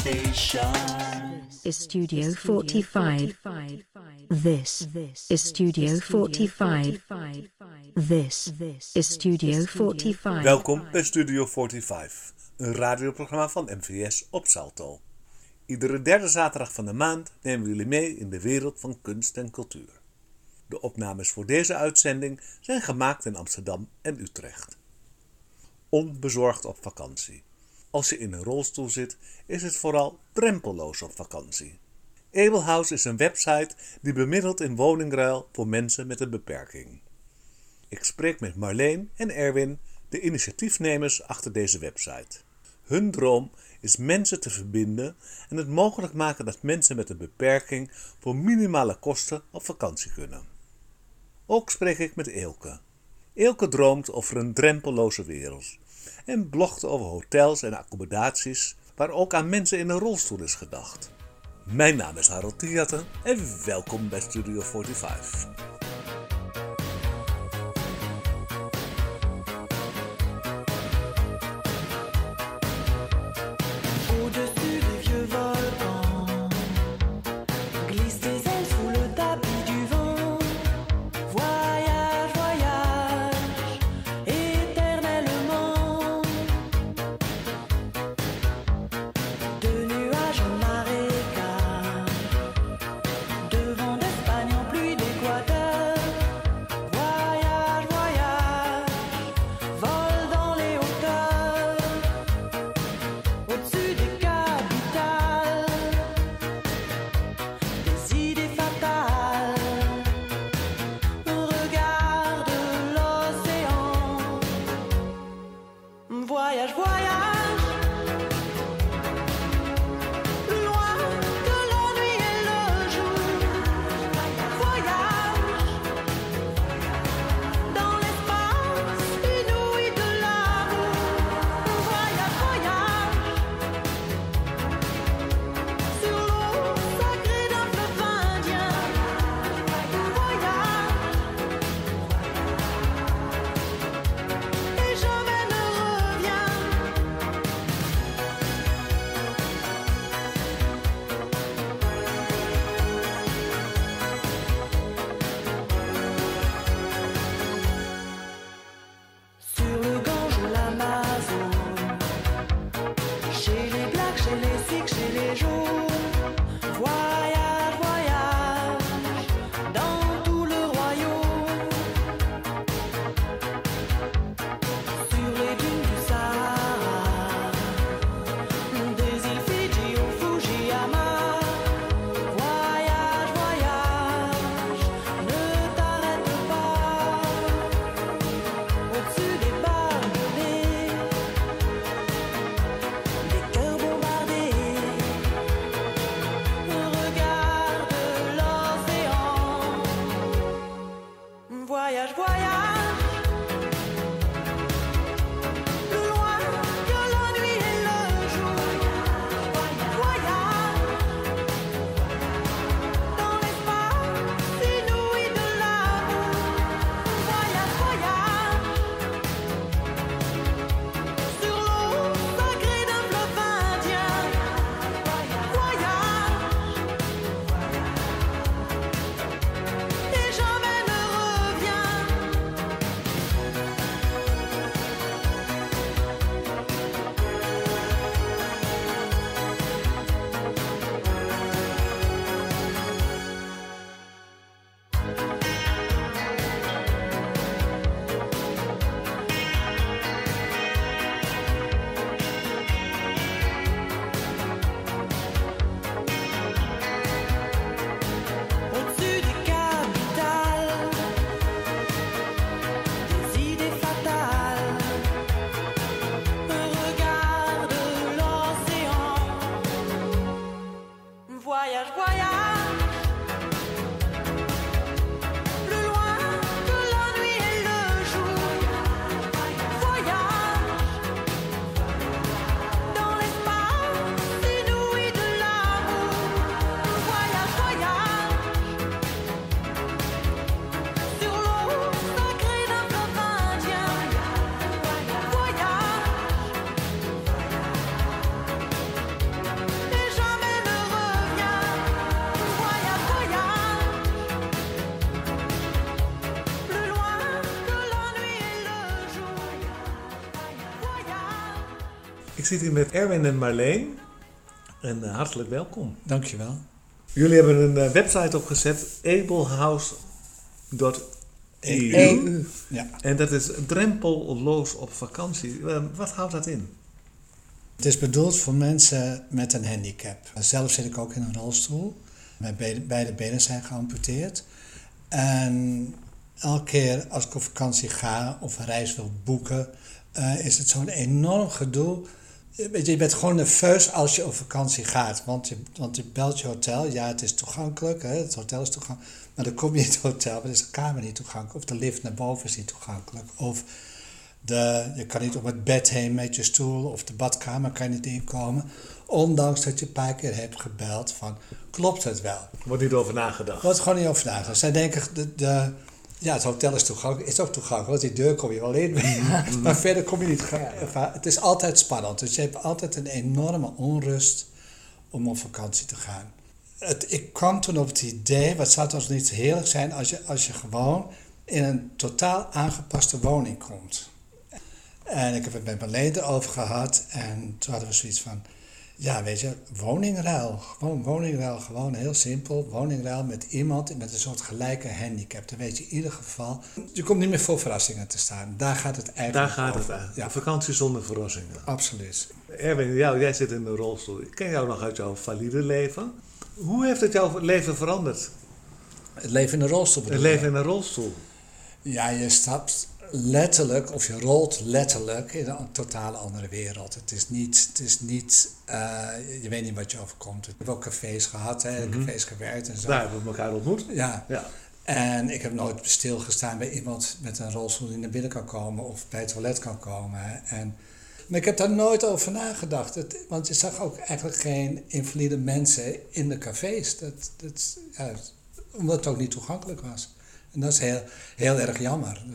station is Studio 45. This is Studio 45. This is Studio 45. Welkom bij Studio 45, een radioprogramma van MVS op Salto. Iedere derde zaterdag van de maand nemen we jullie mee in de wereld van kunst en cultuur. De opnames voor deze uitzending zijn gemaakt in Amsterdam en Utrecht. Onbezorgd op vakantie. Als je in een rolstoel zit, is het vooral drempelloos op vakantie. Abelhouse is een website die bemiddelt in woningruil voor mensen met een beperking. Ik spreek met Marleen en Erwin, de initiatiefnemers achter deze website. Hun droom is mensen te verbinden en het mogelijk maken dat mensen met een beperking voor minimale kosten op vakantie kunnen. Ook spreek ik met Eelke. Eelke droomt over een drempelloze wereld en blogt over hotels en accommodaties waar ook aan mensen in een rolstoel is gedacht. Mijn naam is Harold Theater en welkom bij Studio 45. Devant d'Espagne en pluie d'Équateur. Ik zit hier met Erwin en Marleen. En hartelijk welkom. Dankjewel. Jullie hebben een website opgezet, ablehouse.eu. Ja. En dat is drempelloos op vakantie. Wat houdt dat in? Het is bedoeld voor mensen met een handicap. Zelf zit ik ook in een rolstoel. Mijn beide benen zijn geamputeerd. En elke keer als ik op vakantie ga of een reis wil boeken, is het zo'n enorm gedoe. Weet je bent gewoon nerveus als je op vakantie gaat. Want je belt je hotel. Ja, het is toegankelijk. Hè? Het hotel is toegankelijk. Maar dan kom je in het hotel, maar is de kamer niet toegankelijk. Of de lift naar boven is niet toegankelijk. Of je kan niet op het bed heen met je stoel. Of de badkamer kan je niet inkomen. Ondanks dat je een paar keer hebt gebeld van, klopt het wel? Er wordt niet over nagedacht. Er wordt gewoon niet over nagedacht. Zij denken, het hotel is toegankelijk. Is ook toegankelijk, want die deur kom je wel in. Maar verder kom je niet. Het is altijd spannend. Dus je hebt altijd een enorme onrust om op vakantie te gaan. Ik kwam toen op het idee, wat zou toch niet heerlijk zijn als je gewoon in een totaal aangepaste woning komt. En ik heb het met Marleen erover gehad en toen hadden we zoiets van, ja weet je, woningruil. Gewoon woningruil, gewoon heel simpel. Woningruil met iemand met een soort gelijke handicap. Dan weet je in ieder geval, je komt niet meer voor verrassingen te staan. Daar gaat het eigenlijk over. Ja. Vakantie zonder verrassingen. Absoluut. Erwin, jij zit in een rolstoel. Ik ken jou nog uit jouw valide leven. Hoe heeft het jouw leven veranderd? Het leven in een rolstoel bedoel Het je? leven in een rolstoel. Ja, je stapt letterlijk, of je rolt letterlijk in een totale andere wereld. Het is niet je weet niet wat je overkomt. Ik heb ook cafés gehad, cafés gewerkt en zo. Daar hebben we elkaar ontmoet. Ja. En ik heb nooit stilgestaan bij iemand met een rolstoel die naar binnen kan komen of bij het toilet kan komen. Maar ik heb daar nooit over nagedacht. Want je zag ook eigenlijk geen invalide mensen in de cafés. Omdat het ook niet toegankelijk was. En dat is heel, heel erg jammer.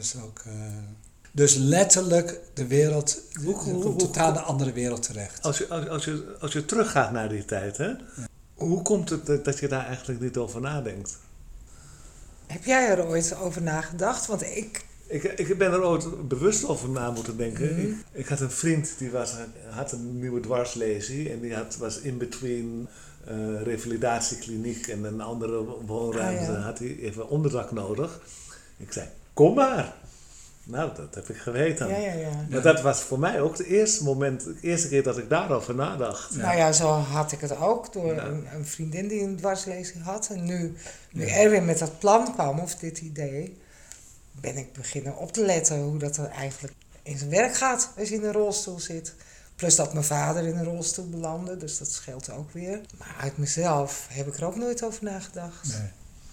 Dus letterlijk de wereld, een totaal andere wereld terecht. Als je teruggaat naar die tijd, hè? Ja. Hoe komt het dat je daar eigenlijk niet over nadenkt? Heb jij er ooit over nagedacht? Want Ik ben er ooit bewust over na moeten denken. Mm-hmm. Ik had een vriend die had een nieuwe dwarslesie en die was in between revalidatiekliniek en een andere woonruimte. Had hij even onderdak nodig. Ik zei, kom maar. Nou, dat heb ik geweten. Ja. Maar dat was voor mij ook de eerste keer dat ik daarover nadacht. Nou ja, zo had ik het ook door een vriendin die een dwarslezing had. En nu Erwin met dat plan kwam, of dit idee, ben ik beginnen op te letten hoe dat er eigenlijk in zijn werk gaat als je in een rolstoel zit. Plus dat mijn vader in een rolstoel belandde, dus dat scheelt ook weer. Maar uit mezelf heb ik er ook nooit over nagedacht. Nee.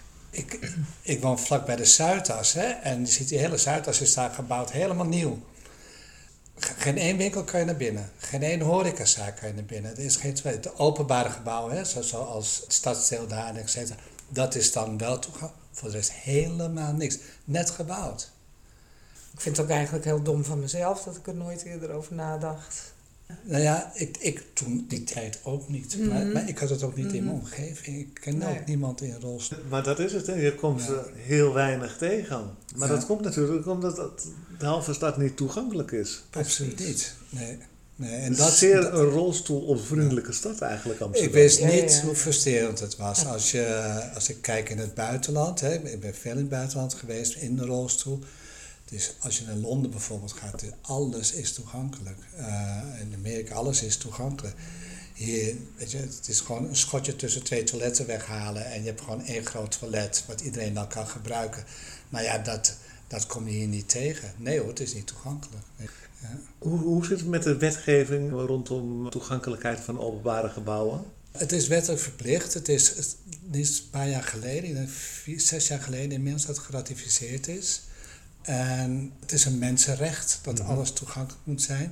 Ik woon vlak bij de Zuidas, hè? En je ziet die hele Zuidas is daar gebouwd, helemaal nieuw. Geen één winkel kan je naar binnen, geen één horecazaak kan je naar binnen. Er is geen tweede. De openbare gebouwen, hè? Zoals het stadsdeel daar en et cetera, dat is dan wel toegankelijk. Voor de rest helemaal niks, net gebouwd. Ik vind het ook eigenlijk heel dom van mezelf dat ik er nooit eerder over nadacht. Nou ja, ik toen die tijd ook niet. Mm-hmm. Maar ik had het ook niet in mijn omgeving. Ik ken ook niemand in een rolstoel. Maar dat is het, hè. Je komt ze heel weinig tegen. Maar dat komt natuurlijk omdat de halve stad niet toegankelijk is. Absoluut niet. Nee. En dat is zeer een rolstoelonvriendelijke stad eigenlijk, Amsterdam. Ik wist niet hoe frustrerend het was. Als ik kijk in het buitenland, hè, ik ben veel in het buitenland geweest, in de rolstoel. Dus als je naar Londen bijvoorbeeld gaat, alles is toegankelijk. In Amerika, alles is toegankelijk. Hier, weet je, het is gewoon een schotje tussen twee toiletten weghalen en je hebt gewoon één groot toilet wat iedereen dan kan gebruiken. Maar ja, dat kom je hier niet tegen. Nee hoor, het is niet toegankelijk. Ja. Hoe zit het met de wetgeving rondom toegankelijkheid van openbare gebouwen? Het is wettelijk verplicht. Het is een paar jaar geleden, 6 jaar geleden inmiddels dat het geratificeerd is. En het is een mensenrecht dat alles toegankelijk moet zijn.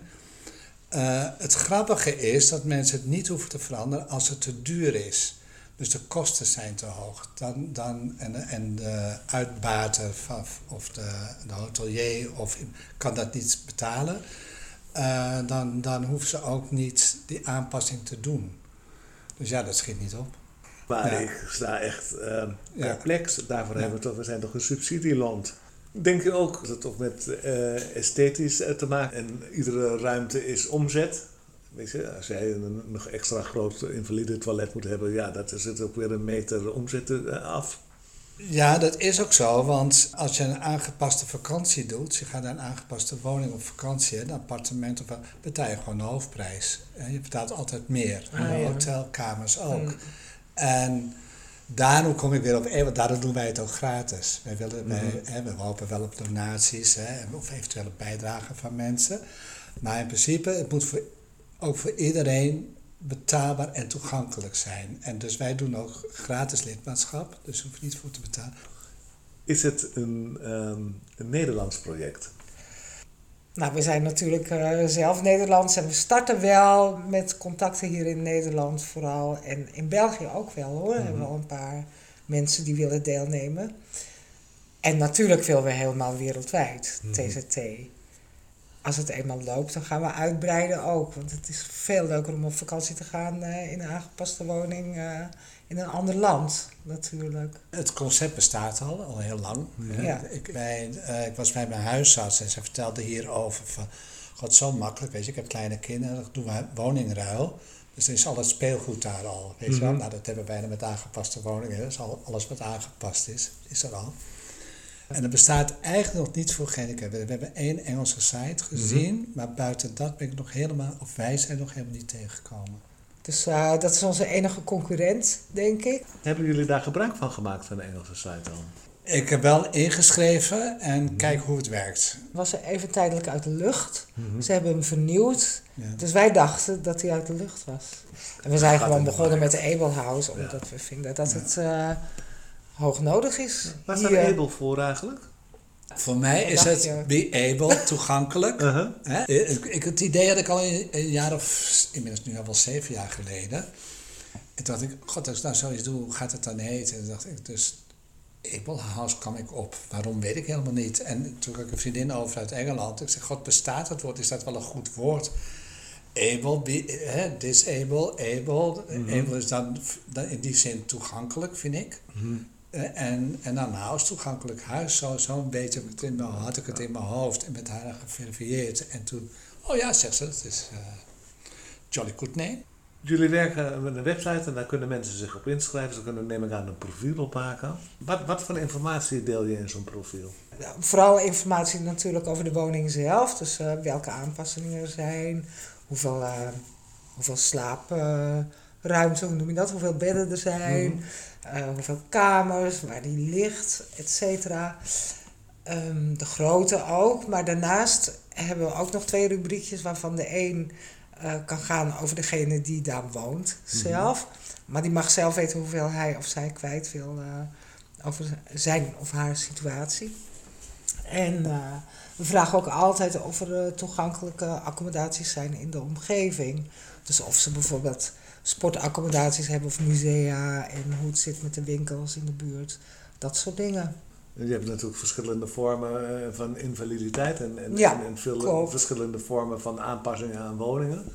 Het grappige is dat mensen het niet hoeven te veranderen als het te duur is. Dus de kosten zijn te hoog. En de uitbater of de hotelier kan dat niet betalen. Dan hoeven ze ook niet die aanpassing te doen. Dus ja, dat schiet niet op. Maar ik sta echt perplex. Daarvoor hebben we zijn toch een subsidieland. Denk je ook dat het ook met esthetisch te maken en iedere ruimte is omzet? Weet je, als jij een nog extra groot invalide toilet moet hebben, ja, dat zit ook weer een meter omzet af. Ja, dat is ook zo, want als je een aangepaste vakantie doet, je gaat naar een aangepaste woning op vakantie, een appartement, of betaal je gewoon de hoofdprijs. Je betaalt altijd meer, hotelkamers ook. En daarom kom ik weer op want daardoor doen wij het ook gratis. We hopen wel op donaties of eventuele bijdragen van mensen. Maar in principe, het moet ook voor iedereen betaalbaar en toegankelijk zijn. En dus wij doen ook gratis lidmaatschap, dus je hoeft niet voor te betalen. Is het een Nederlands project? Nou, we zijn natuurlijk zelf Nederlands en we starten wel met contacten hier in Nederland vooral. En in België ook wel hoor. We hebben wel een paar mensen die willen deelnemen. En natuurlijk willen we helemaal wereldwijd, TZT. Als het eenmaal loopt, dan gaan we uitbreiden ook. Want het is veel leuker om op vakantie te gaan in een aangepaste woning in een ander land natuurlijk. Het concept bestaat al heel lang. Ja. Ik was bij mijn huisarts en ze vertelde hierover van, god, zo makkelijk, weet je, ik heb kleine kinderen, dan doen we woningruil. Dus er is al het speelgoed daar al, weet je wel. Nou, dat hebben wij met aangepaste woningen, dus alles wat aangepast is er al. En er bestaat eigenlijk nog niets voor gehandicapten. We hebben 1 Engelse site gezien, maar buiten dat ben ik nog helemaal, of wij zijn nog helemaal niet tegengekomen. Dus dat is onze enige concurrent, denk ik. Hebben jullie daar gebruik van gemaakt van de Engelse site dan? Ik heb wel ingeschreven en kijk hoe het werkt. Was er even tijdelijk uit de lucht. Ze hebben hem vernieuwd. Ja. Dus wij dachten dat hij uit de lucht was. En we zijn gewoon begonnen met de Able House, omdat we vinden dat het hoog nodig is. Waar staat Able voor eigenlijk? Voor mij is het be able, toegankelijk. Het idee had ik al een jaar of, inmiddels nu al wel 7 jaar geleden. En toen dacht ik, god, als ik nou zoiets doe, hoe gaat het dan heten? En toen dacht ik, dus Able House kwam ik op. Waarom, weet ik helemaal niet. En toen had ik een vriendin over uit Engeland. Ik zei, god, bestaat het woord? Is dat wel een goed woord? Able, disable, able. Able is dan in die zin toegankelijk, vind ik. En dan house, toegankelijk huis, zo'n beetje had ik het in mijn hoofd en met haar geverifieerd. En toen, zegt ze, dat is jolly good name. Jullie werken met een website en daar kunnen mensen zich op inschrijven. Ze kunnen, neem ik aan, een profiel opmaken. Wat voor informatie deel je in zo'n profiel? Ja, vooral informatie natuurlijk over de woning zelf. Dus welke aanpassingen er zijn, hoeveel slaapruimte, hoe noem je dat, hoeveel bedden er zijn, hoeveel kamers, waar die ligt, et cetera. De grootte ook, maar daarnaast hebben we ook nog 2 rubriekjes waarvan de een kan gaan over degene die daar woont zelf. Maar die mag zelf weten hoeveel hij of zij kwijt wil over zijn of haar situatie. En we vragen ook altijd of er toegankelijke accommodaties zijn in de omgeving. Dus of ze bijvoorbeeld sportaccommodaties hebben of musea en hoe het zit met de winkels in de buurt. Dat soort dingen. Je hebt natuurlijk verschillende vormen van invaliditeit en veel verschillende vormen van aanpassingen aan woningen.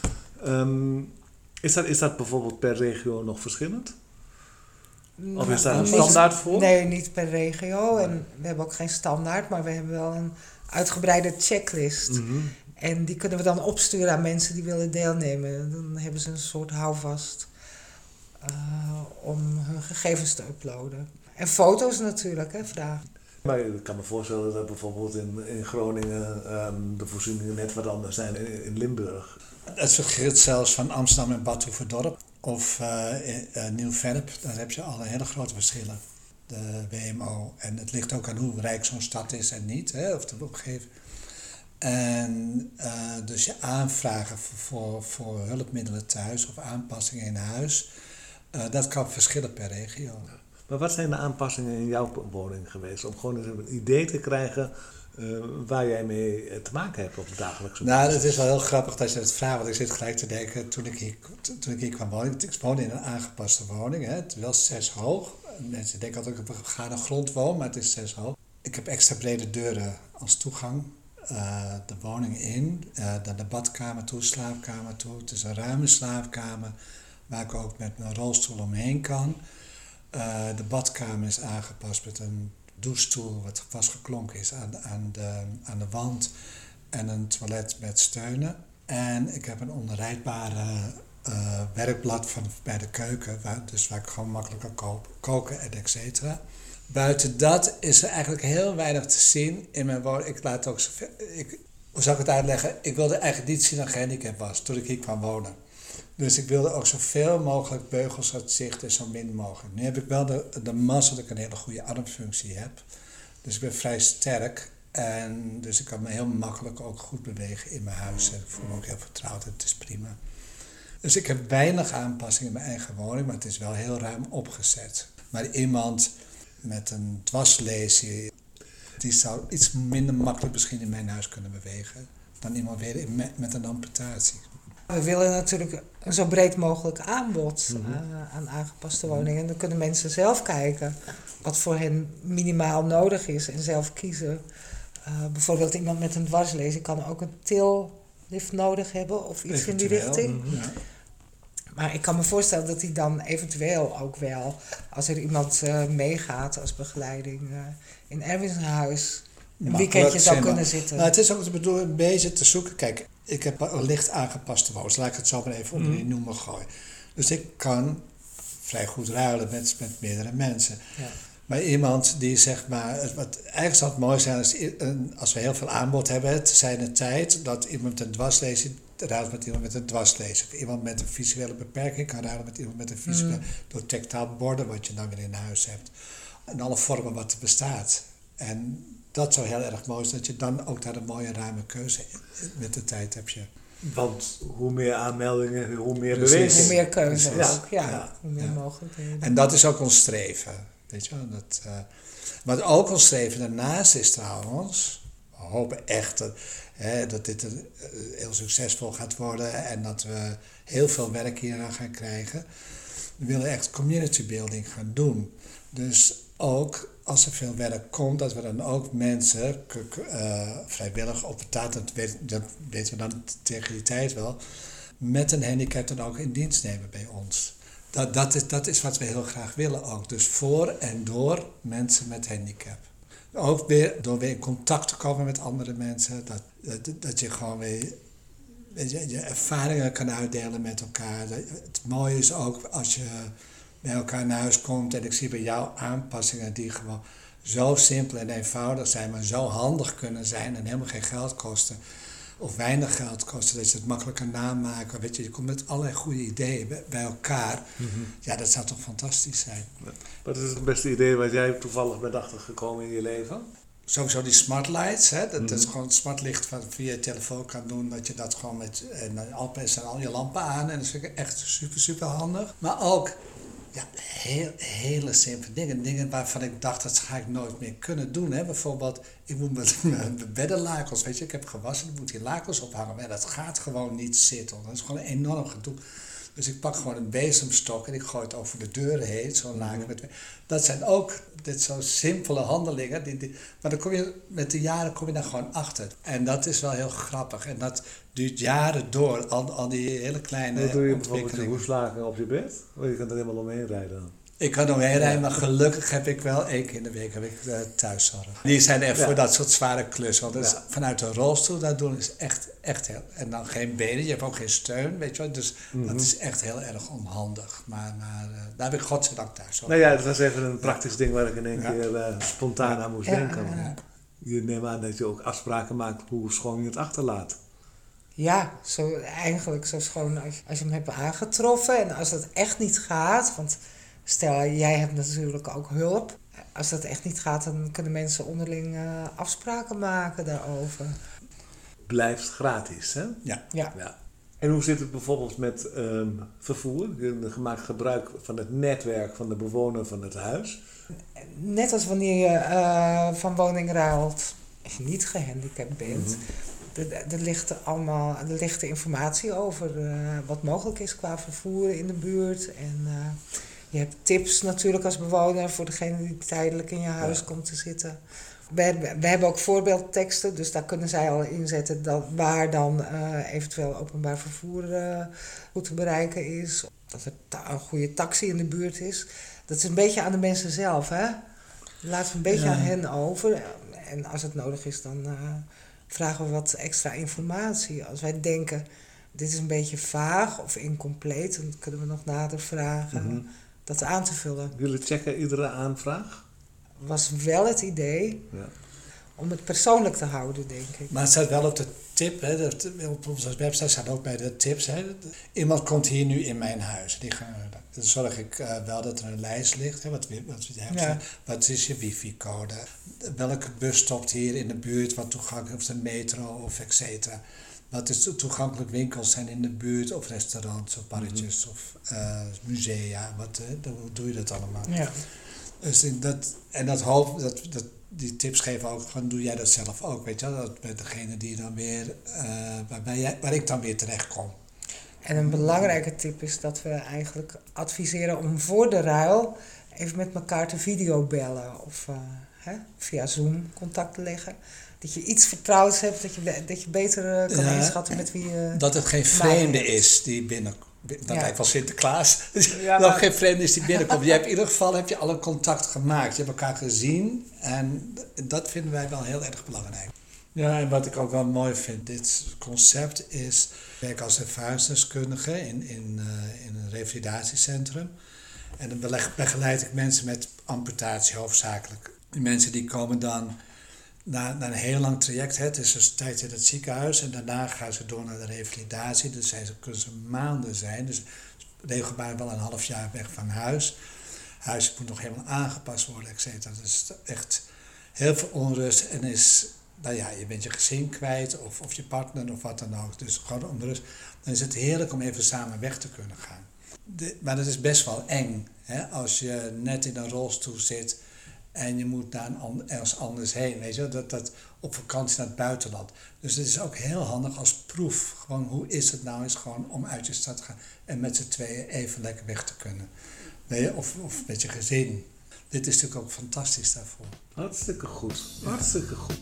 Is dat bijvoorbeeld per regio nog verschillend? Of is daar een standaard voor? Nee, niet per regio. Nee. En we hebben ook geen standaard, maar we hebben wel een uitgebreide checklist. En die kunnen we dan opsturen aan mensen die willen deelnemen. Dan hebben ze een soort houvast om hun gegevens te uploaden. En foto's natuurlijk, vragen. Maar ik kan me voorstellen dat bijvoorbeeld in Groningen de voorzieningen net wat anders zijn in Limburg. Het verschilt zelfs van Amsterdam en Badhoevedorp of Nieuw-Vennep. Daar heb je al een hele grote verschillen. De WMO. En het ligt ook aan hoe rijk zo'n stad is en niet. Of de omgeving. En dus je aanvragen voor hulpmiddelen thuis of aanpassingen in huis. Dat kan verschillen per regio. Maar wat zijn de aanpassingen in jouw woning geweest? Om gewoon een idee te krijgen waar jij mee te maken hebt op de dagelijkse basis. Nou, het is wel heel grappig dat je het vraagt. Want ik zit gelijk te denken, toen ik hier kwam wonen. Ik woonde in een aangepaste woning. Het is wel 6 hoog. Mensen denken altijd, we gaan een grond wonen, maar het is 6 hoog. Ik heb extra brede deuren als toegang. De woning in, dan de badkamer toe, slaapkamer toe. Het is een ruime slaapkamer waar ik ook met mijn rolstoel omheen kan. De badkamer is aangepast met een douchestoel wat vastgeklonken is aan de wand en een toilet met steunen. En ik heb een onrijdbare werkblad bij de keuken, waar ik gewoon makkelijk kan koken en et cetera. Buiten dat is er eigenlijk heel weinig te zien in mijn woning. Ik laat ook zoveel. Hoe zou ik het uitleggen? Ik wilde eigenlijk niet zien dat ik gehandicapt was toen ik hier kwam wonen. Dus ik wilde ook zoveel mogelijk beugels uit zicht en zo min mogelijk. Nu heb ik wel de mazzel dat ik een hele goede armfunctie heb. Dus ik ben vrij sterk. En dus ik kan me heel makkelijk ook goed bewegen in mijn huis. En ik voel me ook heel vertrouwd en het is prima. Dus ik heb weinig aanpassingen in mijn eigen woning, maar het is wel heel ruim opgezet. Maar iemand met een dwarslesie, die zou iets minder makkelijk misschien in mijn huis kunnen bewegen dan iemand weer met een amputatie. We willen natuurlijk een zo breed mogelijk aanbod aan aangepaste woningen. En dan kunnen mensen zelf kijken wat voor hen minimaal nodig is en zelf kiezen. Bijvoorbeeld iemand met een dwarslesie kan ook een tillift nodig hebben of iets in die richting. Ja. Maar ik kan me voorstellen dat hij dan eventueel ook wel, als er iemand meegaat als begeleiding in Erwin's huis, een weekendje zou kunnen zitten. Nou, het is ook de bedoeling een beetje te zoeken. Kijk, ik heb een licht aangepaste woning. Laat ik het zo maar even onder die noemer gooien. Dus ik kan vrij goed ruilen met meerdere mensen. Ja. Maar iemand die zeg maar, eigenlijk zou het mooi zijn als we heel veel aanbod hebben, het zijn de tijd dat iemand met een dwarslesie ruilt met iemand met een dwarslesie. Of iemand met een visuele beperking kan ruilen met iemand met een visuele, door tactaal borden wat je dan weer in huis hebt. In alle vormen wat er bestaat. En dat zou heel erg mooi zijn, dat je dan ook daar een mooie ruime keuze met de tijd hebt je. Want hoe meer aanmeldingen, hoe meer Precies. beweging. Hoe meer keuze ook, Ja. hoe meer mogelijkheden. En dat is ook ons streven. Weet je wel? Wat ook ons streven daarnaast is trouwens, we hopen echt dat dit heel succesvol gaat worden en dat we heel veel werk hieraan gaan krijgen. We willen echt community building gaan doen. Dus ook als er veel werk komt, dat we dan ook mensen vrijwillig op betaald, dat weten we dan tegen die tijd wel, met een handicap dan ook in dienst nemen bij ons. Dat is wat we heel graag willen ook. Dus voor en door mensen met handicap. Ook weer door weer in contact te komen met andere mensen. Dat je gewoon weer je ervaringen kan uitdelen met elkaar. Het mooie is ook als je bij elkaar naar huis komt en ik zie bij jou aanpassingen die gewoon zo simpel en eenvoudig zijn, maar zo handig kunnen zijn en helemaal geen geld kosten. Of weinig geld kosten, dat je het makkelijker namaken. Weet je komt met allerlei goede ideeën bij elkaar. Ja, dat zou toch fantastisch zijn. Wat is het beste idee wat jij toevallig bent achtergekomen in je leven? Sowieso die smart lights, hè? Dat is gewoon het smart licht wat via je telefoon kan doen. Dat je dat gewoon met al je lampen aan. En dat vind ik echt super, super handig. Maar ook hele simpele dingen. Dingen waarvan ik dacht, dat ga ik nooit meer kunnen doen. Hè? Bijvoorbeeld, ik moet met mijn beddenlakens, weet je, ik heb gewassen, ik moet die lakens ophangen. Maar dat gaat gewoon niet zitten. Dat is gewoon een enorm gedoe. Dus ik pak gewoon een bezemstok en ik gooi het over de deuren heen, zo'n laken. Dat zijn ook dit zo simpele handelingen. Maar dan met de jaren kom je daar gewoon achter. En dat is wel heel grappig. En dat duurt jaren door, al die hele kleine Wat doe je ontwikkelingen. bijvoorbeeld met je hoeslagen op je bed? Oh, je kan er helemaal omheen rijden. Ik kan omheen rijden, maar gelukkig heb ik wel 1 keer in de week thuiszorg. Die zijn echt voor dat soort zware klussen. Want dus vanuit een rolstoel dat doen is echt heel... En dan geen benen, je hebt ook geen steun, weet je wel. Dus dat is echt heel erg onhandig. Maar daar heb ik godzijdank thuiszorg. Nou ja, dat was even een praktisch ding waar ik in één keer spontaan aan moest denken. Ja. Je neemt aan dat je ook afspraken maakt hoe schoon je het achterlaat. Ja, eigenlijk zo schoon als je hem hebt aangetroffen. En als dat echt niet gaat, want stel jij hebt natuurlijk ook hulp. Als dat echt niet gaat, dan kunnen mensen onderling afspraken maken daarover. Blijft gratis, hè? Ja. En hoe zit het bijvoorbeeld met vervoer? Je maakt gebruik van het netwerk van de bewoner van het huis. Net als wanneer je van woning ruilt, als je niet gehandicapt bent. Er ligt de informatie over wat mogelijk is qua vervoer in de buurt. En je hebt tips natuurlijk als bewoner voor degene die tijdelijk in je huis komt te zitten. We hebben ook voorbeeldteksten, dus daar kunnen zij al inzetten waar dan eventueel openbaar vervoer goed te bereiken is. Dat er een goede taxi in de buurt is. Dat is een beetje aan de mensen zelf, hè? Laten we een beetje aan hen over. En als het nodig is, dan vragen we wat extra informatie. Als wij denken, dit is een beetje vaag of incompleet, dan kunnen we nog nader vragen dat aan te vullen. Jullie checken iedere aanvraag? Was wel het idee om het persoonlijk te houden, denk ik. Maar het staat wel op de tip, hè, op onze website staat ook bij de tips. Hè, iemand komt hier nu in mijn huis. Dan zorg ik wel dat er een lijst ligt. Hè, wat is je wifi-code? Welke bus stopt hier in de buurt? Wat toegankelijk, of de metro of et cetera. Wat is toegankelijk winkels zijn in de buurt, of restaurants of barretjes of musea. Hoe doe je dat allemaal? Ja. Dus die tips geven ook, gewoon doe jij dat zelf ook, weet je wel? Dat met degene die dan weer, waar ik dan weer terecht kom. En een belangrijke tip is dat we eigenlijk adviseren om voor de ruil even met elkaar te videobellen of via Zoom contact te leggen. Dat je iets vertrouwds hebt, dat je beter kan inschatten met wie je... Dat het geen vreemde is die binnenkomt. Dat lijkt wel Sinterklaas. Dat geen vreemde is die binnenkomt. In ieder geval heb je al een contact gemaakt. Je hebt elkaar gezien. En dat vinden wij wel heel erg belangrijk. Ja, en wat ik ook wel mooi vind, dit concept is... Ik werk als ervaringsdeskundige in een revalidatiecentrum. En dan begeleid ik mensen met amputatie hoofdzakelijk. Die mensen die komen dan... Na een heel lang traject, het is dus tijd in het ziekenhuis en daarna gaan ze door naar de revalidatie. Dus kunnen ze maanden zijn, dus regelmatig wel een half jaar weg van huis. Huis moet nog helemaal aangepast worden, et cetera. Dus echt heel veel onrust en je bent je gezin kwijt of je partner of wat dan ook. Dus gewoon onrust. Dan is het heerlijk om even samen weg te kunnen gaan. Maar dat is best wel eng, hè? Als je net in een rolstoel zit... En je moet naar ergens anders heen, weet je, dat op vakantie naar het buitenland. Dus het is ook heel handig als proef. Gewoon, hoe is het nou eens gewoon om uit je stad te gaan en met z'n tweeën even lekker weg te kunnen. Weet je, of met je gezin. Dit is natuurlijk ook fantastisch daarvoor. Hartstikke goed, hartstikke goed.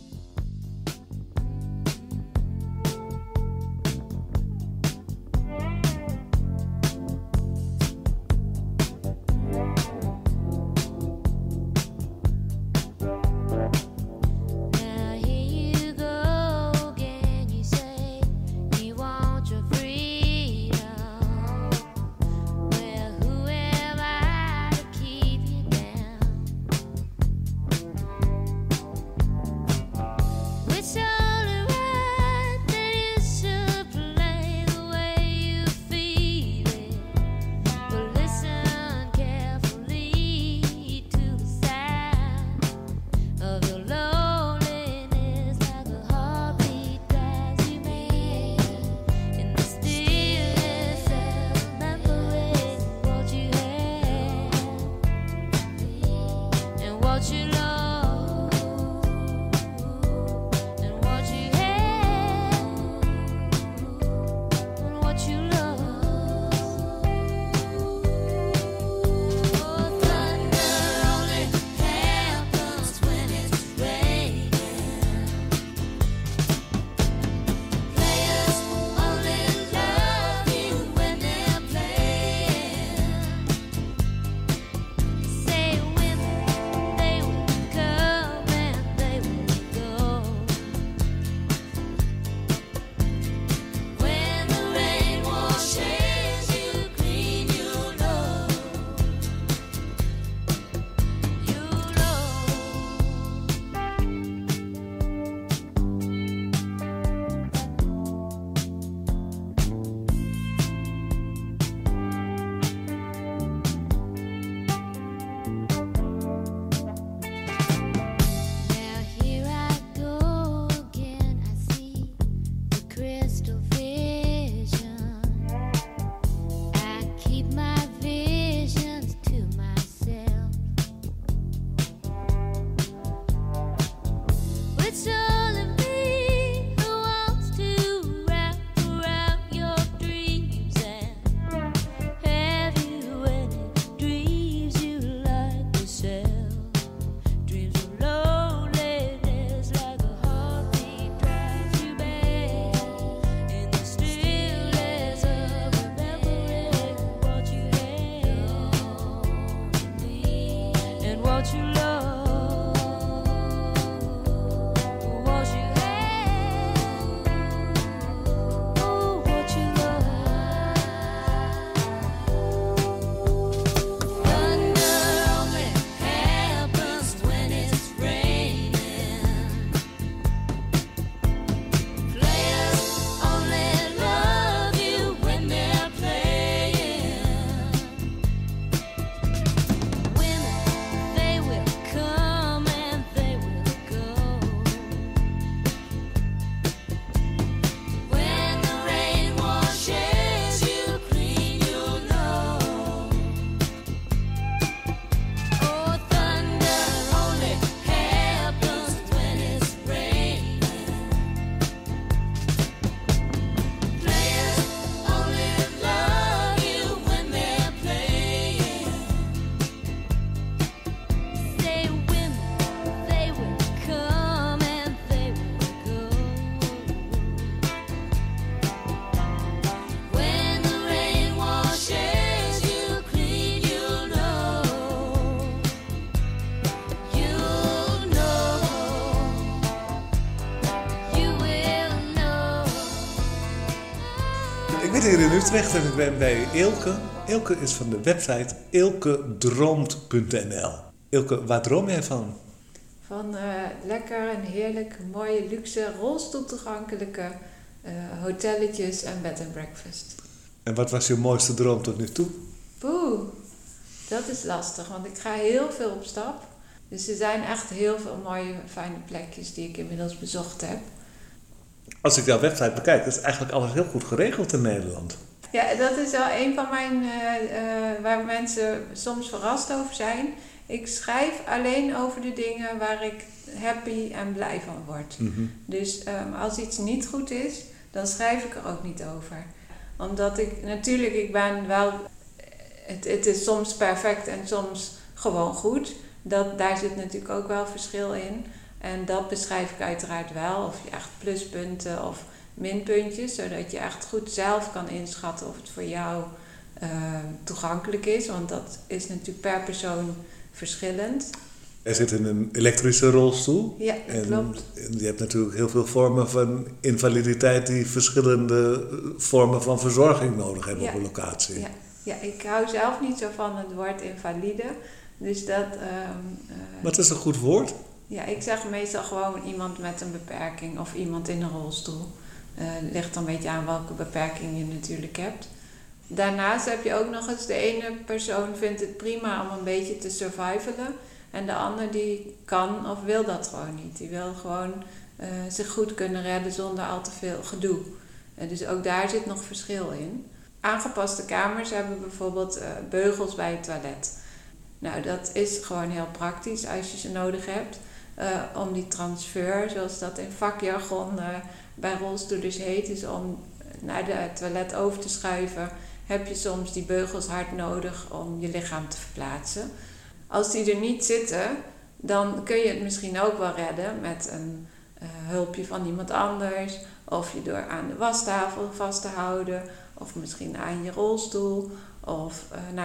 zit hier in Utrecht en ik ben bij Eelke. Eelke is van de website eelkedroomt.nl. Eelke, waar droom jij van? Van lekker en heerlijk, mooie, luxe, rolstoeltoegankelijke hotelletjes en bed and breakfast. En wat was je mooiste droom tot nu toe? Dat is lastig, want ik ga heel veel op stap. Dus er zijn echt heel veel mooie, fijne plekjes die ik inmiddels bezocht heb. Als ik jouw website bekijk, is eigenlijk alles heel goed geregeld in Nederland. Ja, dat is wel een van mijn, waar mensen soms verrast over zijn. Ik schrijf alleen over de dingen waar ik happy en blij van word. Mm-hmm. Dus als iets niet goed is, dan schrijf ik er ook niet over. Omdat ik ben wel, het is soms perfect en soms gewoon goed. Daar zit natuurlijk ook wel verschil in. En dat beschrijf ik uiteraard wel. Of je echt pluspunten of minpuntjes. Zodat je echt goed zelf kan inschatten of het voor jou toegankelijk is. Want dat is natuurlijk per persoon verschillend. Er zit in een elektrische rolstoel. Ja, dat klopt. En je hebt natuurlijk heel veel vormen van invaliditeit die verschillende vormen van verzorging nodig hebben op een locatie. Ja, ik hou zelf niet zo van het woord invalide. Dus dat... Wat is een goed woord? Ja, ik zeg meestal gewoon iemand met een beperking of iemand in een rolstoel. Ligt een beetje aan welke beperking je natuurlijk hebt. Daarnaast heb je ook nog eens, de ene persoon vindt het prima om een beetje te survivalen. En de ander die kan of wil dat gewoon niet. Die wil gewoon zich goed kunnen redden zonder al te veel gedoe. Dus ook daar zit nog verschil in. Aangepaste kamers hebben bijvoorbeeld beugels bij het toilet. Nou, dat is gewoon heel praktisch als je ze nodig hebt. Om die transfer, zoals dat in vakjargon bij rolstoelers heet, is om naar de toilet over te schuiven, heb je soms die beugels hard nodig om je lichaam te verplaatsen. Als die er niet zitten, dan kun je het misschien ook wel redden met een hulpje van iemand anders. Of je door aan de wastafel vast te houden. Of misschien aan je rolstoel. Of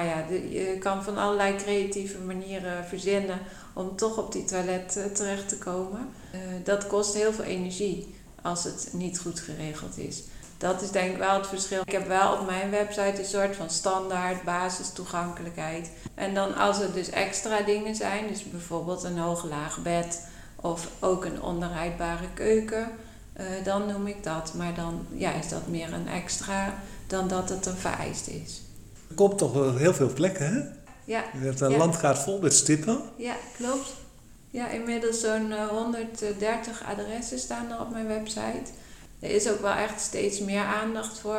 je kan van allerlei creatieve manieren verzinnen om toch op die toilet terecht te komen. Dat kost heel veel energie als het niet goed geregeld is. Dat is denk ik wel het verschil. Ik heb wel op mijn website een soort van standaard basistoegankelijkheid. En dan als er dus extra dingen zijn, dus bijvoorbeeld een hoog-laag bed of ook een onderrijdbare keuken, dan noem ik dat. Maar dan is dat meer een extra dan dat het een vereist is. Er komt toch wel heel veel plekken, hè? Ja. Je hebt een landkaart vol met stippen. Ja, klopt. Ja, inmiddels zo'n 130 adressen staan er op mijn website. Er is ook wel echt steeds meer aandacht voor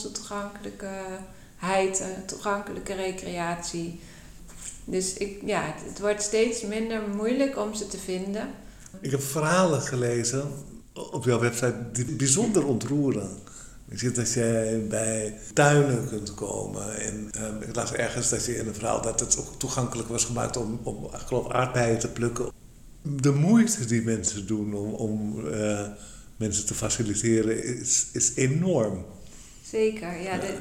rolstoeltoegankelijkheid, toegankelijke recreatie. Dus het wordt steeds minder moeilijk om ze te vinden. Ik heb verhalen gelezen op jouw website die bijzonder ontroeren. Je ziet dat je bij tuinen kunt komen. En ik las ergens dat je in een verhaal dat het ook toegankelijk was gemaakt om ik geloof, aardbeien te plukken. De moeite die mensen doen om mensen te faciliteren is enorm. Zeker,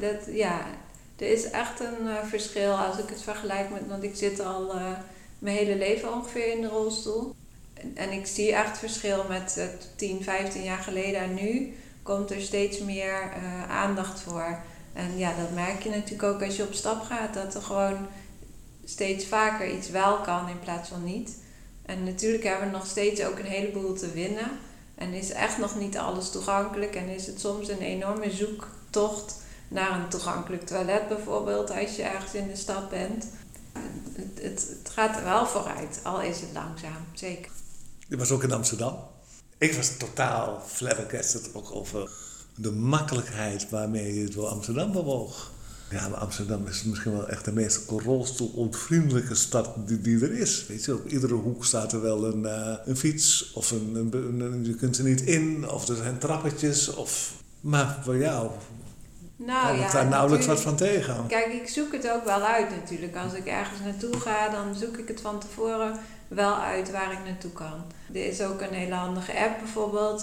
er is echt een verschil als ik het vergelijk met, want ik zit al mijn hele leven ongeveer in de rolstoel. En ik zie echt verschil met 10, 15 jaar geleden en nu komt er steeds meer aandacht voor. En dat merk je natuurlijk ook als je op stap gaat, dat er gewoon steeds vaker iets wel kan in plaats van niet. En natuurlijk hebben we nog steeds ook een heleboel te winnen. En is echt nog niet alles toegankelijk. En is het soms een enorme zoektocht naar een toegankelijk toilet bijvoorbeeld, als je ergens in de stad bent. Het gaat er wel vooruit, al is het langzaam, zeker. Je was ook in Amsterdam. Ik was totaal flabbergasted ook over de makkelijkheid waarmee je door Amsterdam bewoog. Ja, maar Amsterdam is misschien wel echt de meest rolstoelonvriendelijke stad die er is. Weet je, op iedere hoek staat er wel een fiets of je kunt er niet in of er zijn trappetjes. Maar voor jou kwam ik daar nauwelijks wat van tegen. Kijk, ik zoek het ook wel uit natuurlijk. Als ik ergens naartoe ga, dan zoek ik het van tevoren wel uit waar ik naartoe kan. Er is ook een hele handige app bijvoorbeeld,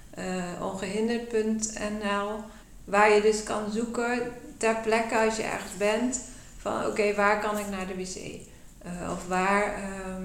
ongehinderd.nl, waar je dus kan zoeken ter plekke als je ergens bent van oké, waar kan ik naar de wc? Of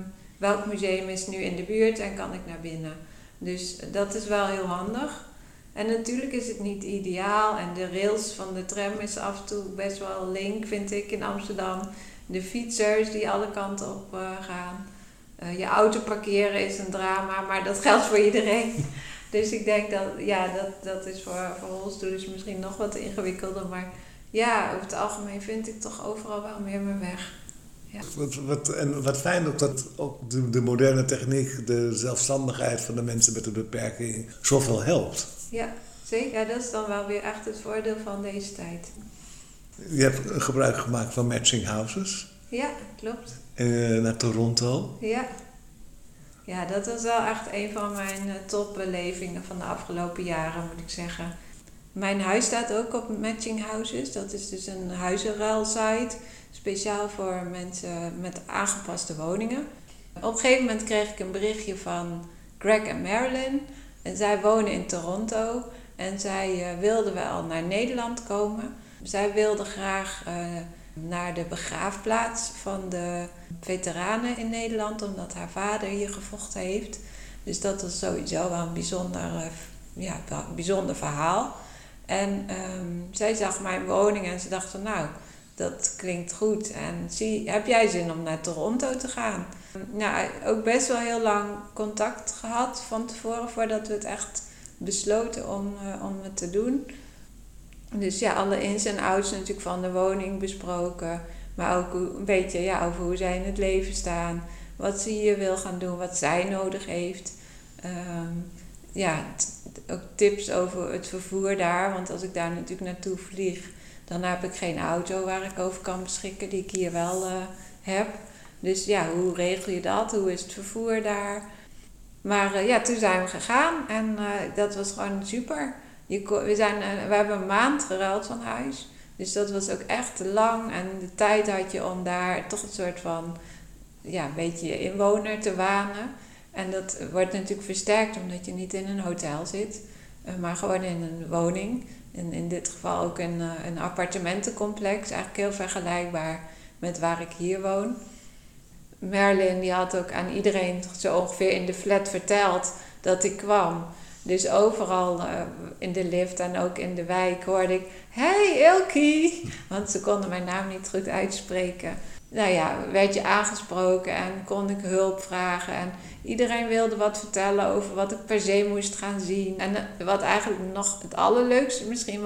welk museum is nu in de buurt en kan ik naar binnen? Dus dat is wel heel handig. En natuurlijk is het niet ideaal en de rails van de tram is af en toe best wel link, vind ik, in Amsterdam. De fietsers die alle kanten op gaan. Je auto parkeren is een drama, maar dat geldt voor iedereen. Dus ik denk dat is voor rolstoelers misschien nog wat ingewikkelder. Maar ja, over het algemeen vind ik toch overal wel meer mijn weg. Ja. Wat fijn ook dat ook de moderne techniek, de zelfstandigheid van de mensen met een beperking zoveel helpt. Ja, zeker. Ja, dat is dan wel weer echt het voordeel van deze tijd. Je hebt gebruik gemaakt van matching houses. Ja, klopt. Naar Toronto. Ja. Ja, dat was wel echt een van mijn topbelevingen van de afgelopen jaren, moet ik zeggen. Mijn huis staat ook op matching houses. Dat is dus een huizenruilsite, speciaal voor mensen met aangepaste woningen. Op een gegeven moment kreeg ik een berichtje van Greg en Marilyn. En zij wonen in Toronto en zij wilden wel naar Nederland komen. Zij wilden graag naar de begraafplaats van de veteranen in Nederland, omdat haar vader hier gevochten heeft. Dus dat was sowieso wel een bijzonder verhaal. En zij zag mijn woning en ze dacht van nou, dat klinkt goed. En heb jij zin om naar Toronto te gaan? Nou, ook best wel heel lang contact gehad van tevoren, voordat we het echt besloten om het te doen. Dus ja, alle ins en outs natuurlijk van de woning besproken. Maar ook een beetje over hoe zij in het leven staan. Wat ze hier wil gaan doen, wat zij nodig heeft. Ook tips over het vervoer daar. Want als ik daar natuurlijk naartoe vlieg, dan heb ik geen auto waar ik over kan beschikken, die ik hier wel heb. Dus ja, hoe regel je dat? Hoe is het vervoer daar? Maar toen zijn we gegaan en dat was gewoon super. We hebben een maand geruild van huis. Dus dat was ook echt lang. En de tijd had je om daar toch een soort van, een beetje inwoner te wanen. En dat wordt natuurlijk versterkt omdat je niet in een hotel zit. Maar gewoon in een woning. En in dit geval ook een appartementencomplex. Eigenlijk heel vergelijkbaar met waar ik hier woon. Marilyn die had ook aan iedereen zo ongeveer in de flat verteld dat ik kwam. Dus overal in de lift en ook in de wijk hoorde ik, hey Ilkie! Want ze konden mijn naam niet goed uitspreken. Nou ja, werd je aangesproken en kon ik hulp vragen. En iedereen wilde wat vertellen over wat ik per se moest gaan zien. En wat eigenlijk nog het allerleukste misschien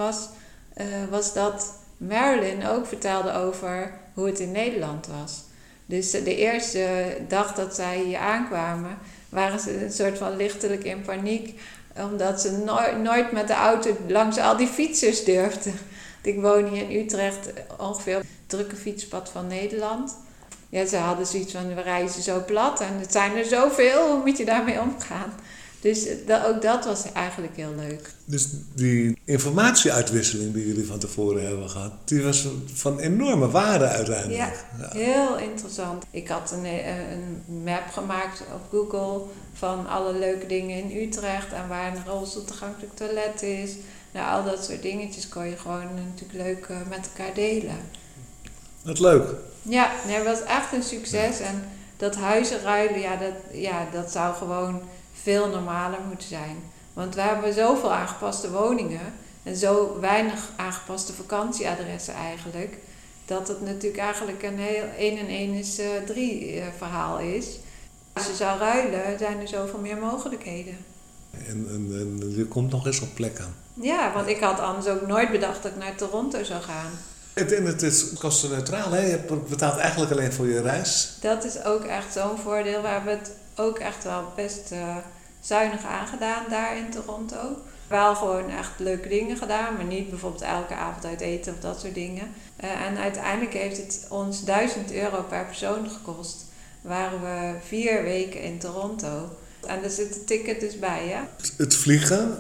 was dat Marilyn ook vertelde over hoe het in Nederland was. Dus de eerste dag dat zij hier aankwamen, waren ze een soort van lichtelijk in paniek. Omdat ze nooit met de auto langs al die fietsers durfden. Ik woon hier in Utrecht, ongeveer op het drukke fietspad van Nederland. Ja, ze hadden zoiets van, we reizen zo plat en het zijn er zoveel, hoe moet je daarmee omgaan? Dus ook dat was eigenlijk heel leuk. Dus die informatieuitwisseling die jullie van tevoren hebben gehad, die was van enorme waarde uiteindelijk. Ja, heel interessant. Ik had een map gemaakt op Google van alle leuke dingen in Utrecht en waar een rolstoeltoegankelijk toilet is. Nou, al dat soort dingetjes kon je gewoon natuurlijk leuk met elkaar delen. Wat leuk. Ja, het was echt een succes. En dat huizen ruilen, dat zou gewoon veel normaler moeten zijn. Want we hebben zoveel aangepaste woningen en zo weinig aangepaste vakantieadressen eigenlijk, dat het natuurlijk eigenlijk een heel 1 en 1 is 3 verhaal is. Als je zou ruilen, zijn er zoveel meer mogelijkheden. En je komt nog eens op plek aan. Ja, want ik had anders ook nooit bedacht dat ik naar Toronto zou gaan. En het is kostenneutraal, hè? Je betaalt eigenlijk alleen voor je reis. Dat is ook echt zo'n voordeel. We hebben het ook echt wel best zuinig aangedaan daar in Toronto. Wel gewoon echt leuke dingen gedaan, maar niet bijvoorbeeld elke avond uit eten of dat soort dingen. En uiteindelijk heeft het ons €1000 per persoon gekost. Waren we 4 weken in Toronto. En daar zit het ticket dus bij, ja. Het vliegen,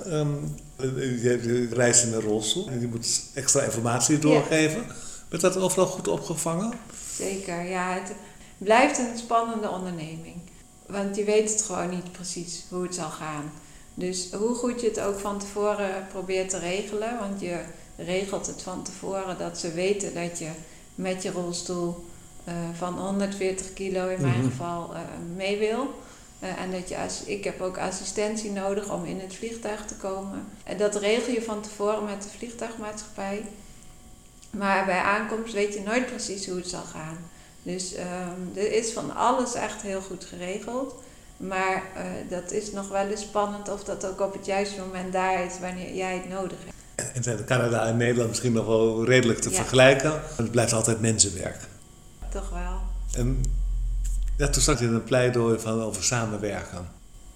je reist in een rolstoel en je moet extra informatie doorgeven. Ja. Werd dat overal goed opgevangen? Zeker, ja. Het blijft een spannende onderneming. Want je weet het gewoon niet precies hoe het zal gaan. Dus hoe goed je het ook van tevoren probeert te regelen. Want je regelt het van tevoren dat ze weten dat je met je rolstoel van 140 kilo in mijn geval mee wil. En ik heb ook assistentie nodig om in het vliegtuig te komen. En dat regel je van tevoren met de vliegtuigmaatschappij. Maar bij aankomst weet je nooit precies hoe het zal gaan. Dus er is van alles echt heel goed geregeld. Maar dat is nog wel eens spannend of dat ook op het juiste moment daar is wanneer jij het nodig hebt. En zijn Canada en Nederland misschien nog wel redelijk te vergelijken. Het blijft altijd mensenwerk. Toch wel. En toen zat je in een pleidooi over samenwerken.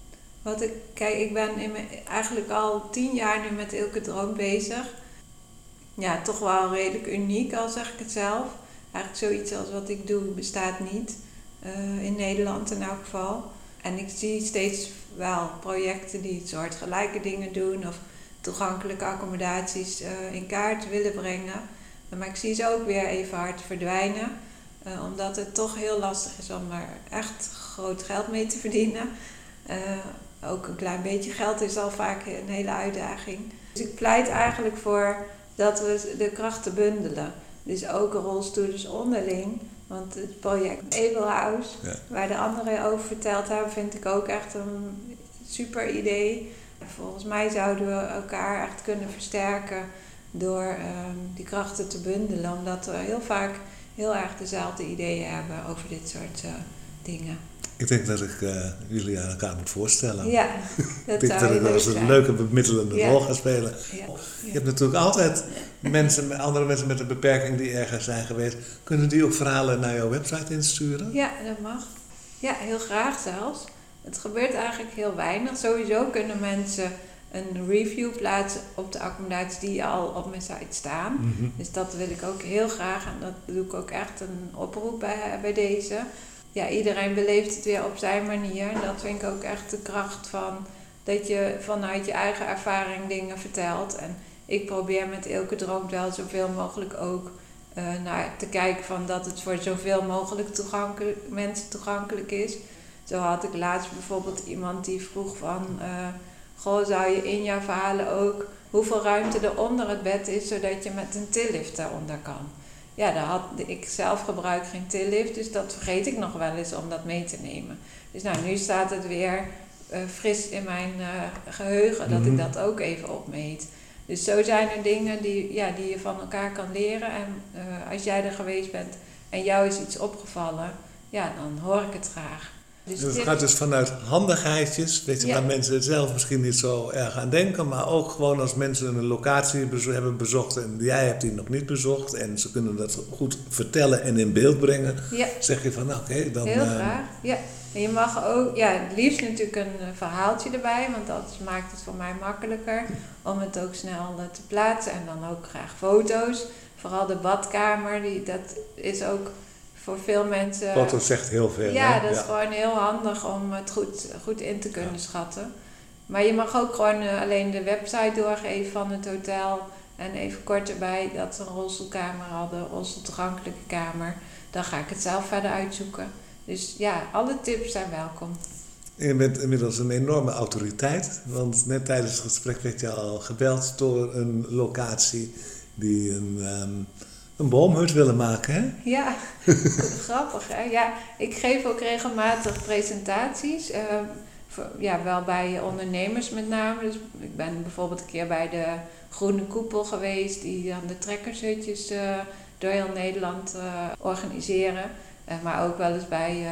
Ik ben eigenlijk al 10 jaar nu met Ilke Droom bezig. Ja, toch wel redelijk uniek, al zeg ik het zelf. Eigenlijk zoiets als wat ik doe bestaat niet. In Nederland in elk geval. En ik zie steeds wel projecten die soortgelijke dingen doen of toegankelijke accommodaties in kaart willen brengen. Maar ik zie ze ook weer even hard verdwijnen. Omdat het toch heel lastig is om er echt groot geld mee te verdienen. Ook een klein beetje geld is al vaak een hele uitdaging. Dus ik pleit eigenlijk voor dat we de krachten bundelen. Dus ook rolstoelers onderling. Want het project Able House, waar de anderen over verteld hebben, vind ik ook echt een super idee. Volgens mij zouden we elkaar echt kunnen versterken door die krachten te bundelen. Omdat we heel vaak heel erg dezelfde ideeën hebben over dit soort dingen. Ik denk dat ik jullie aan elkaar moet voorstellen. Ja, dat ik denk dat ik wel eens een leuke bemiddelende rol ga spelen. Ja. Je hebt natuurlijk altijd andere mensen met een beperking die ergens zijn geweest. Kunnen die ook verhalen naar jouw website insturen? Ja, dat mag. Ja, heel graag zelfs. Het gebeurt eigenlijk heel weinig. Sowieso kunnen mensen een review plaatsen op de accommodaties die al op mijn site staan. Mm-hmm. Dus dat wil ik ook heel graag en dat doe ik ook echt een oproep bij deze. Ja, iedereen beleeft het weer op zijn manier. En dat vind ik ook echt de kracht van dat je vanuit je eigen ervaring dingen vertelt. En ik probeer met Ilke Droomt wel zoveel mogelijk ook naar te kijken van dat het voor zoveel mogelijk mensen toegankelijk is. Zo had ik laatst bijvoorbeeld iemand die vroeg van zou je in jouw verhalen ook hoeveel ruimte er onder het bed is zodat je met een tillift daaronder kan. Ja, ik zelf gebruik geen tillift, dus dat vergeet ik nog wel eens om dat mee te nemen. Dus nu staat het weer fris in mijn geheugen dat ik dat ook even opmeet. Dus zo zijn er dingen die je van elkaar kan leren. En als jij er geweest bent en jou is iets opgevallen, dan hoor ik het graag. Dus het gaat dus vanuit handigheidjes, waar mensen zelf misschien niet zo erg aan denken, maar ook gewoon als mensen een locatie hebben bezocht en jij hebt die nog niet bezocht en ze kunnen dat goed vertellen en in beeld brengen, zeg je van oké, dan... Heel graag, ja. En je mag ook, het liefst natuurlijk een verhaaltje erbij, want dat maakt het voor mij makkelijker om het ook snel te plaatsen en dan ook graag foto's. Vooral de badkamer, dat is ook... Voor veel mensen... Foto zegt heel veel. Ja, dat is gewoon heel handig om het goed in te kunnen schatten. Maar je mag ook gewoon alleen de website doorgeven van het hotel. En even kort erbij dat ze een rolstoelkamer hadden, een rolstoeltoegankelijke kamer. Dan ga ik het zelf verder uitzoeken. Dus alle tips zijn welkom. Je bent inmiddels een enorme autoriteit. Want net tijdens het gesprek werd je al gebeld door een locatie die een boomhut willen maken, hè? Ja, grappig, hè? Ja, ik geef ook regelmatig presentaties. Wel bij ondernemers met name. Dus ik ben bijvoorbeeld een keer bij de Groene Koepel geweest, die dan de trekkershutjes door heel Nederland organiseren. Maar ook wel eens bij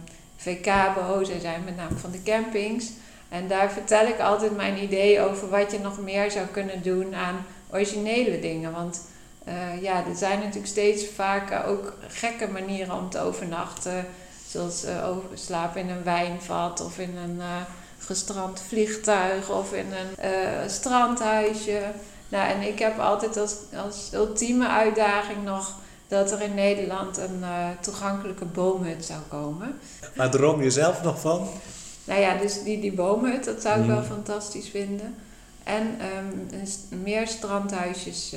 VKBO, zij zijn met name van de campings. En daar vertel ik altijd mijn idee over wat je nog meer zou kunnen doen aan originele dingen. Want er zijn natuurlijk steeds vaker ook gekke manieren om te overnachten. Zoals slapen in een wijnvat of in een gestrand vliegtuig of in een strandhuisje. En ik heb altijd als ultieme uitdaging nog dat er in Nederland een toegankelijke boomhut zou komen. Maar droom je zelf nog van? Dus die boomhut, dat zou ik wel fantastisch vinden. En meer strandhuisjes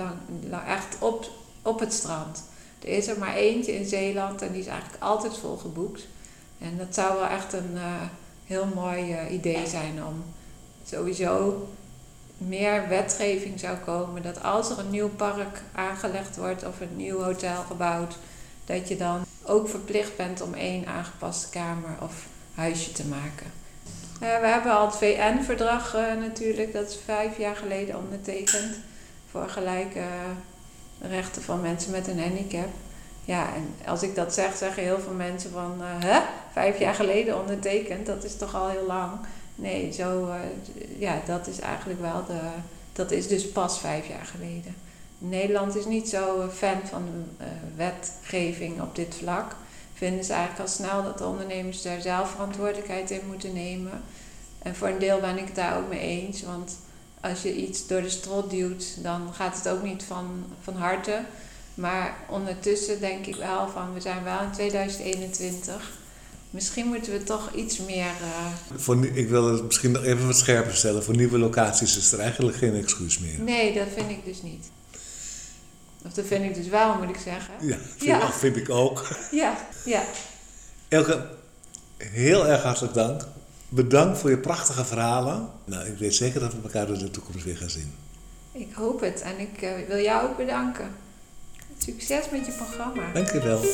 echt op het strand. Er is er maar eentje in Zeeland en die is eigenlijk altijd vol geboekt. En dat zou wel echt een heel mooi idee zijn om sowieso meer wetgeving zou komen. Dat als er een nieuw park aangelegd wordt of een nieuw hotel gebouwd, dat je dan ook verplicht bent om 1 aangepaste kamer of huisje te maken. We hebben al het VN-verdrag natuurlijk, dat is 5 jaar geleden ondertekend. Voor gelijke rechten van mensen met een handicap. Ja, en als ik dat zeg, zeggen heel veel mensen van... 5 jaar geleden ondertekend, dat is toch al heel lang. Nee, dat is eigenlijk wel dat is dus pas 5 jaar geleden. Nederland is niet zo fan van de wetgeving op dit vlak. Vinden ze eigenlijk al snel dat de ondernemers daar zelf verantwoordelijkheid in moeten nemen. En voor een deel ben ik het daar ook mee eens. Want als je iets door de strot duwt, dan gaat het ook niet van harte. Maar ondertussen denk ik wel van, we zijn wel in 2021. Misschien moeten we toch iets meer... Ik wil het misschien nog even wat scherper stellen. Voor nieuwe locaties is er eigenlijk geen excuus meer. Nee, dat vind ik dus niet. Of dat vind ik dus wel, moet ik zeggen. Ja, vind ik ook. Ja. Elke, heel erg hartelijk dank. Bedankt voor je prachtige verhalen. Nou, ik weet zeker dat we elkaar in de toekomst weer gaan zien. Ik hoop het. En ik wil jou ook bedanken. Succes met je programma. Dank je wel.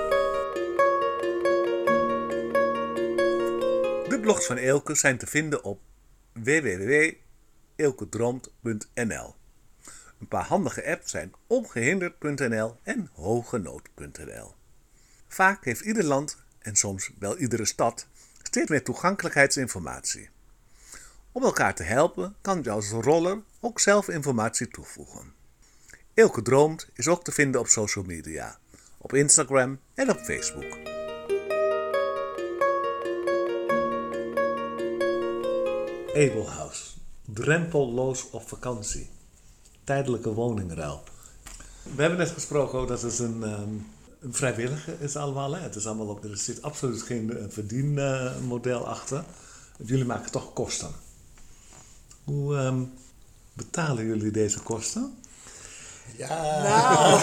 De blogs van Eelke zijn te vinden op www.eelkedroomt.nl. Een paar handige apps zijn ongehinderd.nl en hogenoot.nl. Vaak heeft ieder land, en soms wel iedere stad, steeds meer toegankelijkheidsinformatie. Om elkaar te helpen kan je als roller ook zelf informatie toevoegen. Eelke Droomt is ook te vinden op social media, op Instagram en op Facebook. Abelhouse, drempelloos op vakantie, tijdelijke woningruil. We hebben net gesproken dat het een vrijwillige is allemaal. Hè? Het is allemaal er zit absoluut geen verdienmodel achter. Jullie maken toch kosten. Hoe betalen jullie deze kosten? Ja. Nou.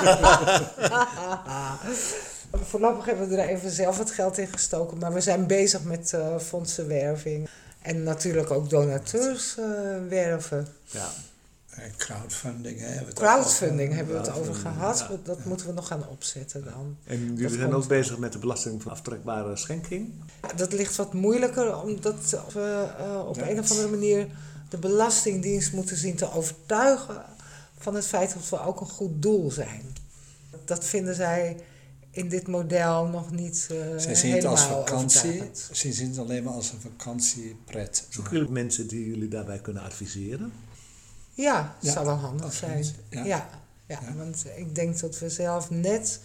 Voorlopig hebben we er even zelf het geld in gestoken. Maar we zijn bezig met fondsenwerving. En natuurlijk ook donateurs werven. Ja. En crowdfunding. Crowdfunding hebben we het over gehad. Ja. Dat moeten we nog gaan opzetten dan. En jullie zijn ook bezig met de belasting van aftrekbare schenking? Dat ligt wat moeilijker. Omdat we op een of andere manier de Belastingdienst moeten zien te overtuigen van het feit dat we ook een goed doel zijn. Dat vinden zij in dit model nog niet zij zien het als vakantie. Overtuigend. Ze zien het alleen maar als een vakantiepret. Zoeken jullie mensen die jullie daarbij kunnen adviseren? Ja, dat zou wel handig zijn. Ja, want ik denk dat we zelf net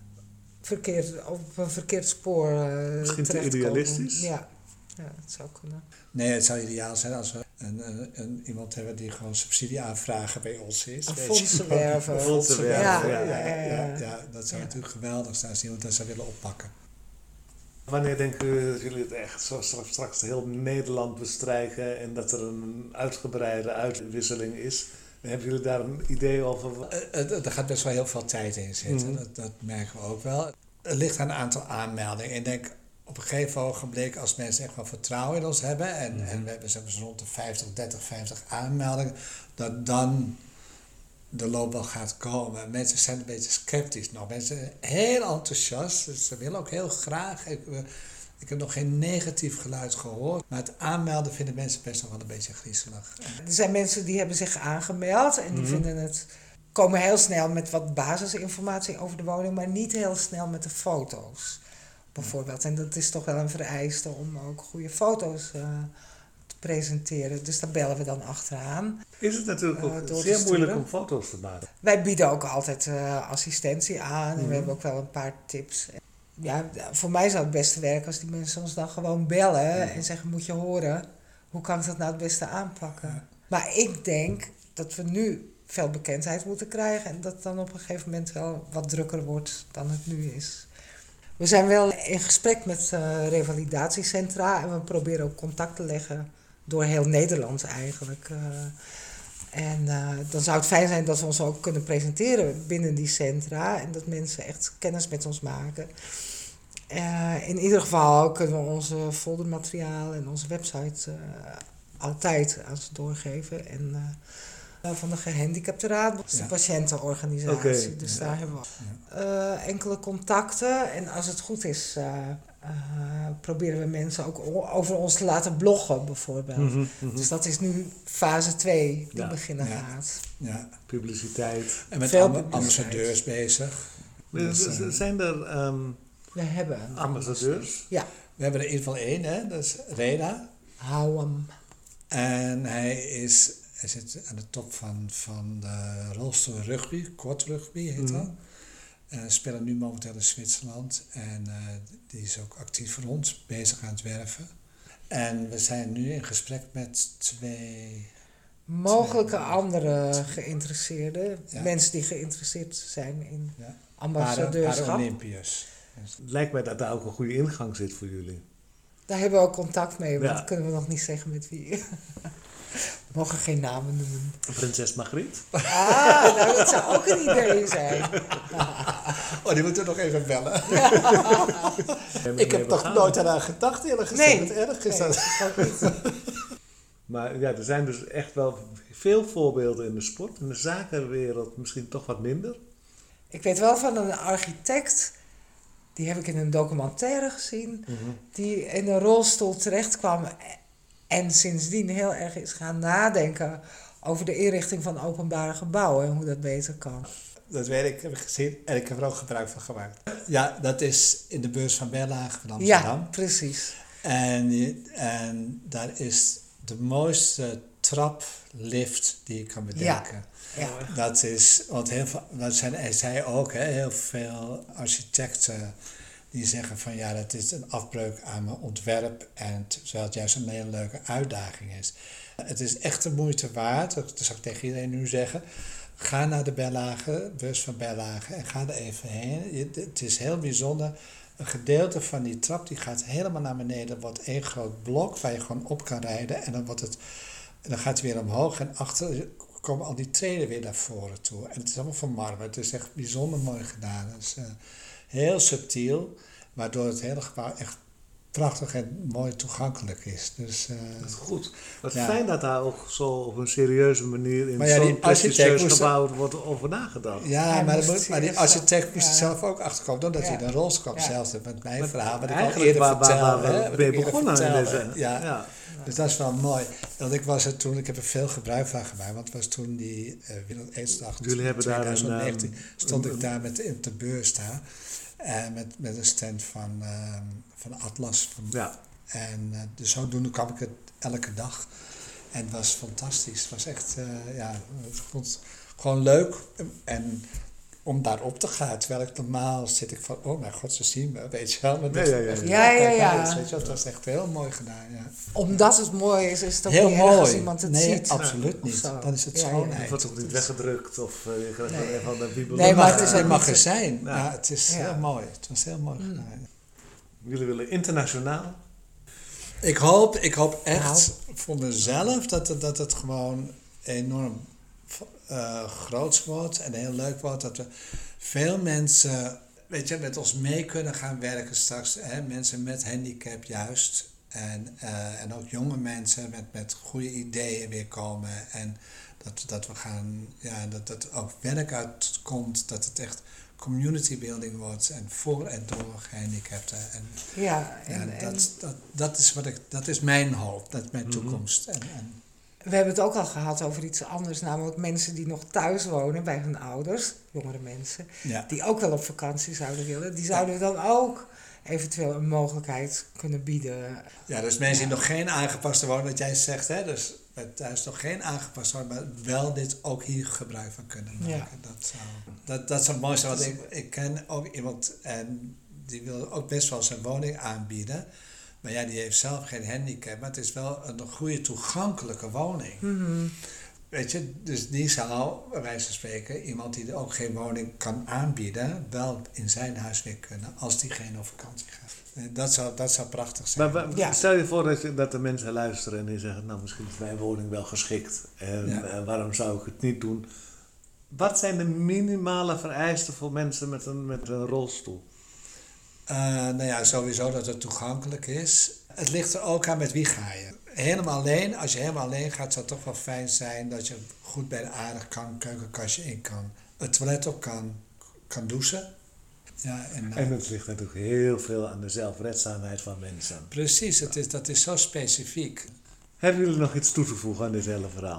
op een verkeerd spoor misschien te terechtkomen. idealistisch? Ja, het zou kunnen. Nee, het zou ideaal zijn als we iemand hebben die gewoon subsidie aanvragen bij ons is. Fondsenwerven. Ja, dat zou natuurlijk geweldig zijn als iemand dat zou willen oppakken. Wanneer denken jullie dat jullie het echt zo straks heel Nederland bestrijken en dat er een uitgebreide uitwisseling is? Hebben jullie daar een idee over? Er gaat best wel heel veel tijd in zitten, dat merken we ook wel. Er ligt aan een aantal aanmeldingen. Ik denk op een gegeven ogenblik, als mensen echt wel vertrouwen in ons hebben en we hebben zo rond de 50 aanmeldingen, dat dan de loop wel gaat komen. Mensen zijn een beetje sceptisch nog. Mensen zijn heel enthousiast. Dus ze willen ook heel graag. Ik heb nog geen negatief geluid gehoord. Maar het aanmelden vinden mensen best nog wel een beetje griezelig. Er zijn mensen die hebben zich aangemeld en die komen heel snel met wat basisinformatie over de woning, maar niet heel snel met de foto's. Bijvoorbeeld. En dat is toch wel een vereiste om ook goede foto's te presenteren. Dus daar bellen we dan achteraan. Is het natuurlijk ook zeer moeilijk om foto's te maken? Wij bieden ook altijd assistentie aan. En we hebben ook wel een paar tips. Ja, voor mij zou het beste werken als die mensen ons dan gewoon bellen en zeggen, moet je horen, hoe kan ik dat nou het beste aanpakken? Maar ik denk dat we nu veel bekendheid moeten krijgen en dat het dan op een gegeven moment wel wat drukker wordt dan het nu is. We zijn wel in gesprek met revalidatiecentra en we proberen ook contact te leggen door heel Nederland eigenlijk. Dan zou het fijn zijn dat we ons ook kunnen presenteren binnen die centra en dat mensen echt kennis met ons maken. In ieder geval kunnen we onze foldermateriaal en onze website altijd aan ze doorgeven. En van de Gehandicaptenraad, dat is de patiëntenorganisatie. Dus daar hebben we enkele contacten. En als het goed is, proberen we mensen ook over ons te laten bloggen, bijvoorbeeld. Dus dat is nu fase 2 die beginnen gaat. Ja. Publiciteit. En met Veel publiciteit. ambassadeurs bezig. Zijn er We hebben een ambassadeurs? Ja, We hebben er in ieder geval 1, hè? Dat is Reda. hou hem. En hij zit aan de top van de rolstoel rugby, kort rugby heet dat. Spelen nu momenteel in Zwitserland en die is ook actief voor ons, bezig aan het werven. En we zijn nu in gesprek met 2... Mogelijke andere geïnteresseerden, Ja. mensen die geïnteresseerd zijn in Ja. ambassadeurschap. Paralympiërs. Het lijkt mij dat daar ook een goede ingang zit voor jullie. Daar hebben we ook contact mee, maar Ja. dat kunnen we nog niet zeggen met wie. We mogen geen namen noemen. Prinses Margriet? Nou, dat zou ook een idee zijn. Oh, die moeten we nog even bellen. Ik heb toch nooit aan haar gedacht, eerlijk gezegd. Nee. Wat erg is dat. ook niet. Maar ja, er zijn dus echt wel veel voorbeelden in de sport. In de zakenwereld misschien toch wat minder. Ik weet wel van een architect, die heb ik in een documentaire gezien, die in een rolstoel terecht kwam en sindsdien heel erg is gaan nadenken over de inrichting van openbare gebouwen en hoe dat beter kan. Dat weet ik, heb ik gezien en ik heb er ook gebruik van gemaakt. Ja, dat is in de beurs van Berlage van Amsterdam. Ja, precies. En daar is de mooiste traplift die je kan bedenken. Ja. Dat is, want hij zei ook, heel veel architecten die zeggen van ja, dat is een afbreuk aan mijn ontwerp en terwijl het juist een hele leuke uitdaging is. Het is echt de moeite waard, dat zou ik tegen iedereen nu zeggen. Ga naar de Berlage, beurs van Berlage en ga er even heen. Het is heel bijzonder. Een gedeelte van die trap die gaat helemaal naar beneden. Er wordt één groot blok waar je gewoon op kan rijden. En dan gaat het weer omhoog. En achter komen al die treden weer naar voren toe. En het is allemaal van marmer. Het is echt bijzonder mooi gedaan. Het is heel subtiel. Waardoor het hele gebouw echt prachtig en mooi toegankelijk is. Dus, Dat is goed. Wat ja. fijn dat daar ook zo op een serieuze manier in Maar ja, die zo'n architect prestigieus moest- gebouw wordt over nagedacht. Ja, Hij maar, moest maar die hier architect zelf- moest er ja. zelf ook achterkomen, doordat Ja. hij in een rolstoel kwam. Ja. Zelfs met mijn Maar verhaal, wat ik al eigenlijk eerder waar vertelde. we hè, wat mee ik eerder begonnen in vertelde. deze. Ja. Ja. Dus dat is wel mooi. Want ik was er toen, ik heb er veel gebruik van gemaakt, want het was toen die Wereldeetsdag. Jullie hebben daar 2019 stond ik daar op de beurs daar. Met een stand van Atlas. Ja. En dus zodoende kwam ik het elke dag. En het was fantastisch. Het was echt, ik vond het gewoon leuk. En om daarop te gaan, terwijl ik normaal zit ik van, oh mijn god, ze zien me, weet je wel. Maar dit- Ja. echt, Ja. kijk uit, weet je wel, het was echt heel mooi gedaan, ja. Omdat het mooi is het ook Heel niet erg als mooi. iemand het Nee, ziet. absoluut Of niet. zo. Dan is het Ja, ja. schoonheid. Het wordt ook niet weggedrukt of je krijgt Nee. er van de bibel. Nee, maar het is het ook mag niet er zo- zijn. Ja. Ja, het is Ja. heel mooi. Het was heel mooi gedaan. Jullie willen internationaal. Ik hoop echt voor mezelf dat het gewoon enorm groots wordt en heel leuk wordt. Dat we veel mensen, weet je, met ons mee kunnen gaan werken straks. Hè? Mensen met handicap juist. En ook jonge mensen met goede ideeën weer komen. En dat we gaan, ja, dat ook werk uitkomt. Dat het echt community building wordt. En voor en door gehandicapten. En, Ja, ja, en dat is mijn hoop, dat is mijn toekomst. En, we hebben het ook al gehad over iets anders, namelijk mensen die nog thuis wonen bij hun ouders, jongere mensen, ja. die ook wel op vakantie zouden willen. Die zouden we dan ook eventueel een mogelijkheid kunnen bieden. Ja, dus mensen die nog geen aangepaste woning, wat jij zegt, hè, dus met thuis nog geen aangepaste woning, maar wel dit ook hier gebruik van kunnen maken. Ja. Dat zou mooi zijn, want ik ken ook iemand en die wil ook best wel zijn woning aanbieden. Maar ja, die heeft zelf geen handicap, maar het is wel een goede toegankelijke woning. Mm-hmm. Weet je, dus die zou, bij wijze van spreken, iemand die er ook geen woning kan aanbieden, wel in zijn huis weer kunnen, als die geen op vakantie gaat. Dat zou prachtig zijn. Maar Ja. stel je voor dat de mensen luisteren en die zeggen, nou misschien is mijn woning wel geschikt. En waarom zou ik het niet doen? Wat zijn de minimale vereisten voor mensen met een rolstoel? Nou ja, sowieso dat het toegankelijk is. Het ligt er ook aan met wie ga je. Helemaal alleen, als je helemaal alleen gaat, zou het toch wel fijn zijn dat je goed bij de aarde kan, keukenkastje in kan, het toilet op kan douchen. Ja, En het ligt natuurlijk heel veel aan de zelfredzaamheid van mensen. Precies, dat is zo specifiek. Hebben jullie nog iets toe te voegen aan dit hele verhaal?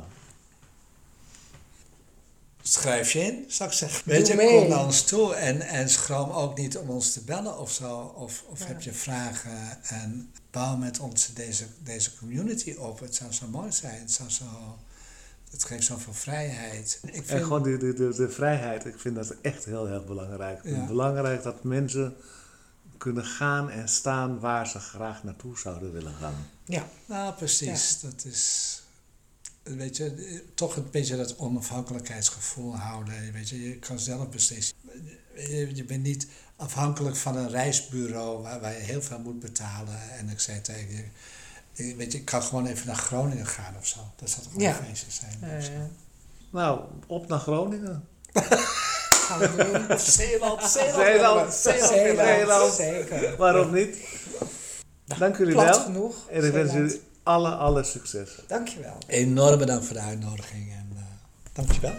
Schrijf je in, zou ik zeggen. Doe Weet je, mee. kom naar ons toe en schroom ook niet om ons te bellen of zo. Of heb je vragen en bouw met ons deze community op. Het zou zo mooi zijn. Het geeft zoveel vrijheid. Ik En vind, gewoon de vrijheid, ik vind dat echt heel erg belangrijk. Ik vind het belangrijk dat mensen kunnen gaan en staan waar ze graag naartoe zouden willen gaan. Ja. nou, precies. Dat is, weet je, toch een beetje dat onafhankelijkheidsgevoel houden. Weet je kan zelf beslissen. Je bent niet afhankelijk van een reisbureau waar je heel veel moet betalen. En ik zei tegen je, weet je, ik kan gewoon even naar Groningen gaan of zo. Dat zou toch wel een feestje zijn. Of zo. Nou, op naar Groningen. Gaan we doen. Of Zeeland. Zeeland. Zeker. Waarom niet? Dank jullie Plat wel. genoeg. En ik wens Zeeland. jullie alle succes. Dankjewel. Enorm bedankt voor de uitnodiging. En dankjewel.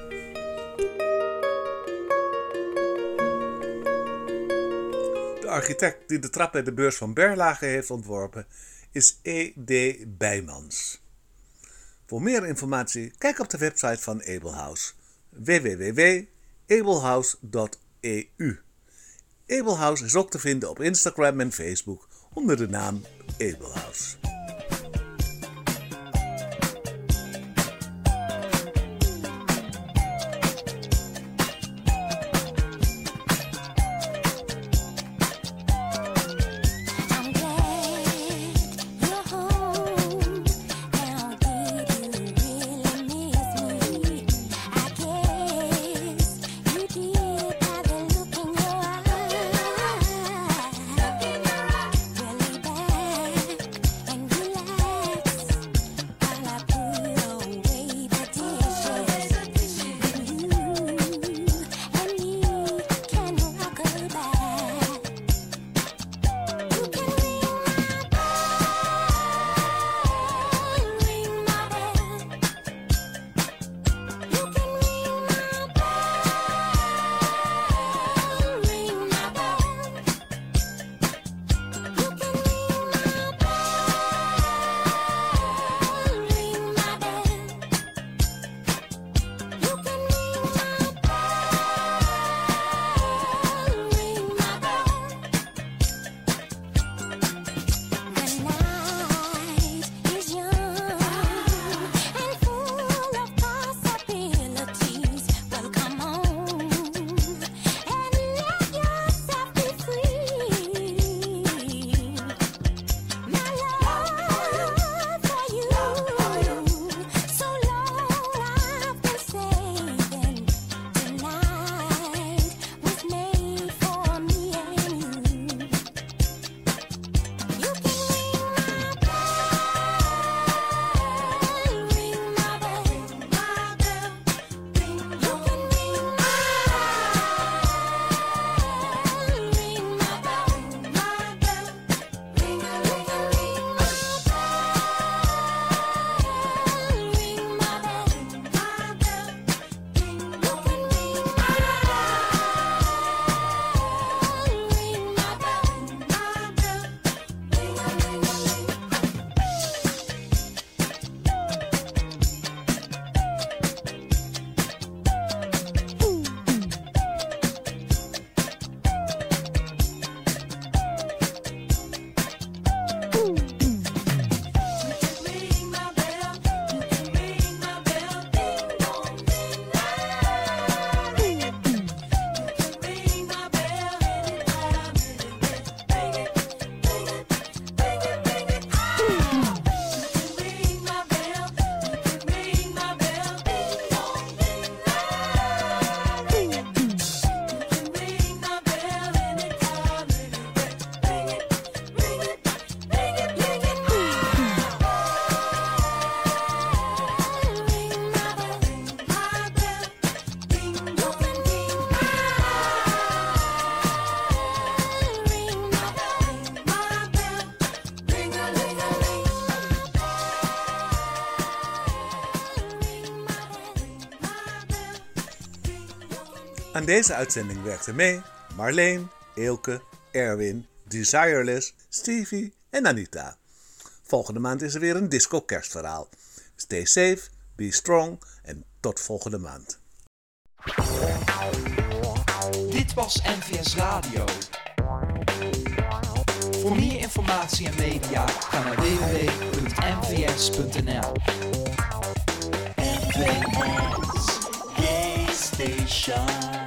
De architect die de trap bij de beurs van Berlage heeft ontworpen is E.D. Bijmans. Voor meer informatie kijk op de website van Abelhouse www.abelhouse.eu. Abelhouse is ook te vinden op Instagram en Facebook onder de naam Abelhouse. Aan deze uitzending werkte mee Marleen, Eelke, Erwin, Desireless, Stevie en Anita. Volgende maand is er weer een disco kerstverhaal. Stay safe, be strong en tot volgende maand. Dit was NVS Radio. Voor meer informatie en media ga naar www.nvs.nl. NVS Gay Station.